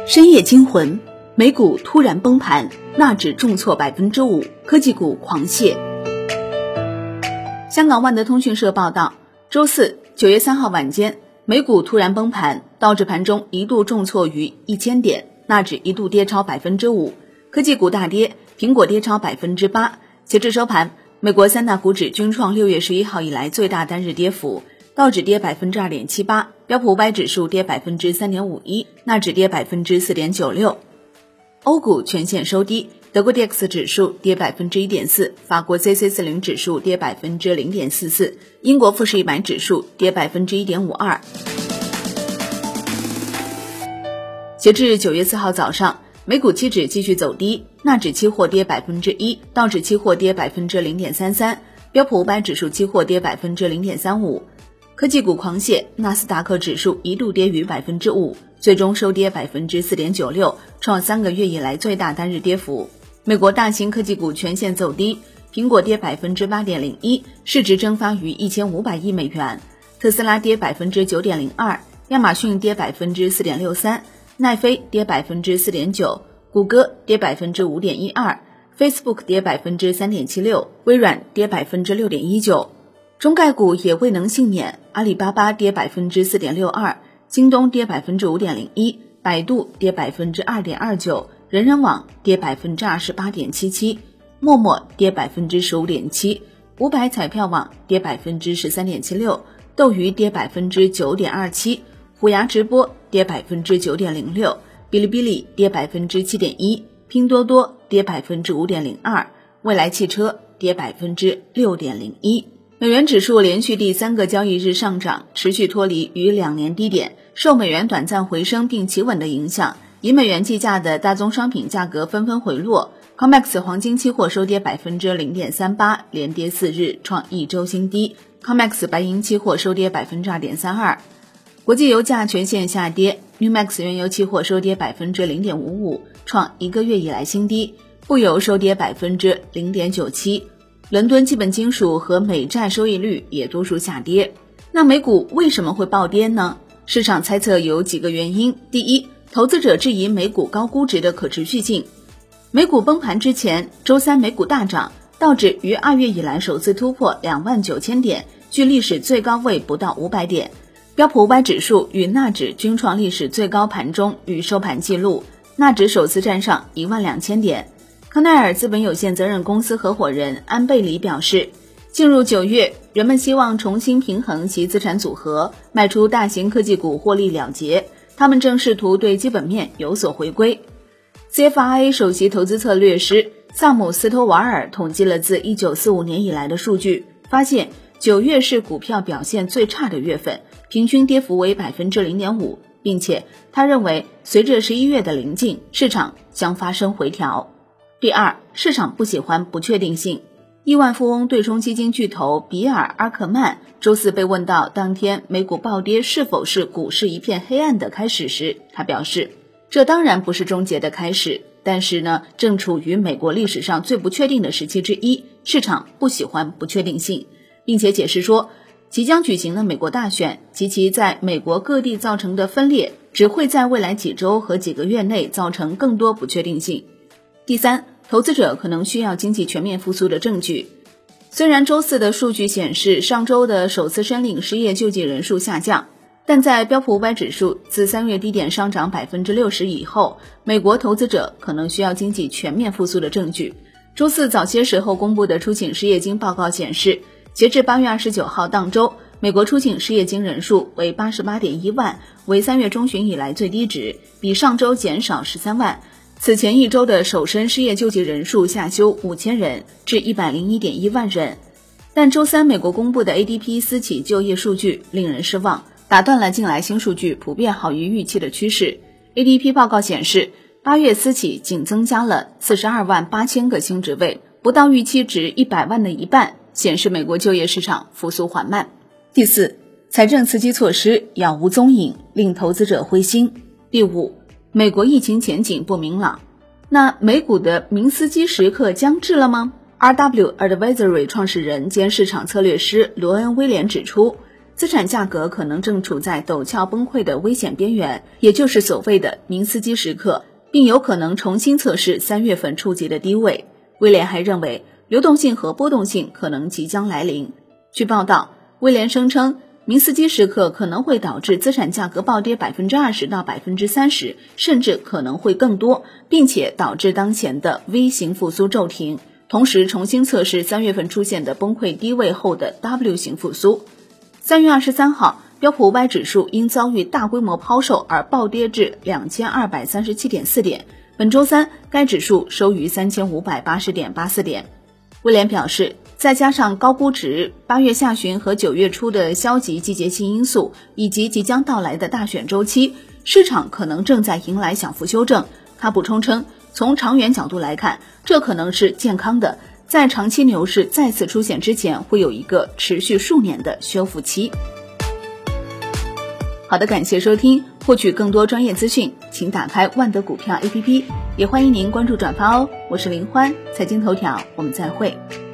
深夜惊魂，美股突然崩盘，纳指重挫 5%， 科技股狂泻。香港万德通讯社报道，周四9月3号晚间，美股突然崩盘，道指盘中一度重挫逾1000点，纳指一度跌超 5%， 科技股大跌，苹果跌超 8%。截至收盘，美国三大股指均创6月11号以来最大单日跌幅，道指跌 2.78%， 标普500指数跌 3.51%， 纳指跌 4.96%。欧股全线收低，德国 DAX 指数跌 1.4%， 法国 CAC40 指数跌 0.44%， 英国富时100指数跌 1.52%。截至9月4号早上，美股期指继续走低，纳指期货跌 1%， 道指期货跌 0.33%， 标普500指数期货跌 0.35%。科技股狂泻，纳斯达克指数一度跌逾 5%， 最终收跌 4.96%， 创3个月以来最大单日跌幅。美国大型科技股全线走低，苹果跌 8.01%， 市值蒸发逾1500亿美元；特斯拉跌 9.02%， 亚马逊跌 4.63%， 奈飞跌 4.9%， 谷歌跌 5.12%， Facebook 跌 3.76%， 微软跌 6.19%。中概股也未能幸免，阿里巴巴跌 4.62%， 京东跌 5.01%， 百度跌 2.29%， 人人网跌 28.77%， 陌陌跌 15.7%， 500彩票网跌 13.76%， 斗鱼跌 9.27%， 虎牙直播跌 9.06%， 哔哩哔哩跌 7.1%， 拼多多跌 5.02%， 蔚来汽车跌 6.01%。美元指数连续第3个交易日上涨，持续脱离逾2年低点，受美元短暂回升并企稳的影响，以美元计价的大宗商品价格纷纷回落。COMEX 黄金期货收跌 0.38%， 连跌4日，创1周新低。COMEX 白银期货收跌 2.32%。国际油价全线下跌， NYMEX 原油期货收跌 0.55%， 创1个月以来新低，布油收跌 0.97%。伦敦基本金属和美债收益率也多数下跌。那美股为什么会暴跌呢？市场猜测有几个原因。第一，投资者质疑美股高估值的可持续性。美股崩盘之前，周三美股大涨，道指于2月以来首次突破29000点，距历史最高位不到500点。标普500指数与纳指均创历史最高盘中与收盘纪录，纳指首次站上12000点。康奈尔资本有限责任公司合伙人安贝里表示，进入9月，人们希望重新平衡其资产组合，卖出大型科技股获利了结，他们正试图对基本面有所回归。CFRA 首席投资策略师萨姆斯托瓦尔统计了自1945年以来的数据，发现9月是股票表现最差的月份，平均跌幅为 0.5%， 并且他认为随着11月的临近，市场将发生回调。第二，市场不喜欢不确定性。亿万富翁对冲基金巨头比尔·阿克曼周四被问到当天美股暴跌是否是股市一片黑暗的开始时，他表示，这当然不是终结的开始，但是呢，正处于美国历史上最不确定的时期之一，市场不喜欢不确定性，并且解释说，即将举行的美国大选及其在美国各地造成的分裂，只会在未来几周和几个月内造成更多不确定性。第三，投资者可能需要经济全面复苏的证据。虽然周四的数据显示上周的首次申领失业救济人数下降，但在标普500指数自3月低点上涨 60% 以后，美国投资者可能需要经济全面复苏的证据。周四早些时候公布的初请失业金报告显示，截至8月29号当周，美国初请失业金人数为 88.1 万，为3月中旬以来最低值，比上周减少13万。此前一周的首申失业救济人数下修5000人至 101.1 万人。但周三美国公布的 ADP 私企就业数据令人失望，打断了近来新数据普遍好于预期的趋势。ADP 报告显示，8月私企仅增加了42万8千个新职位，不到预期值100万的一半，显示美国就业市场复苏缓慢。第四，财政刺激措施杳无踪影，令投资者灰心。第五，美国疫情前景不明朗。那美股的明斯基时刻将至了吗？ RW Advisory 创始人兼市场策略师罗恩·威廉指出， 资产价格可能正处在陡峭崩溃的危险边缘，也就是所谓的明斯基时刻，并有可能重新测试3月份触及的低位。威廉还认为，流动性和波动性可能即将来临。据报道，威廉声称，明斯基时刻可能会导致资产价格暴跌 20% 到 30%， 甚至可能会更多，并且导致当前的 V 型复苏骤停，同时重新测试3月份出现的崩溃低位后的 W 型复苏。3月23号，标普500指数因遭遇大规模抛售而暴跌至 2237.4 点，本周三该指数收于 3580.84 点。威廉表示，再加上高估值、8月下旬和9月初的消极季节性因素，以及即将到来的大选周期，市场可能正在迎来小幅修正。他补充称，从长远角度来看，这可能是健康的，在长期牛市再次出现之前，会有一个持续数年的修复期。好的，感谢收听，获取更多专业资讯，请打开万德股票 APP， 也欢迎您关注转发哦。我是林欢，财经头条，我们再会。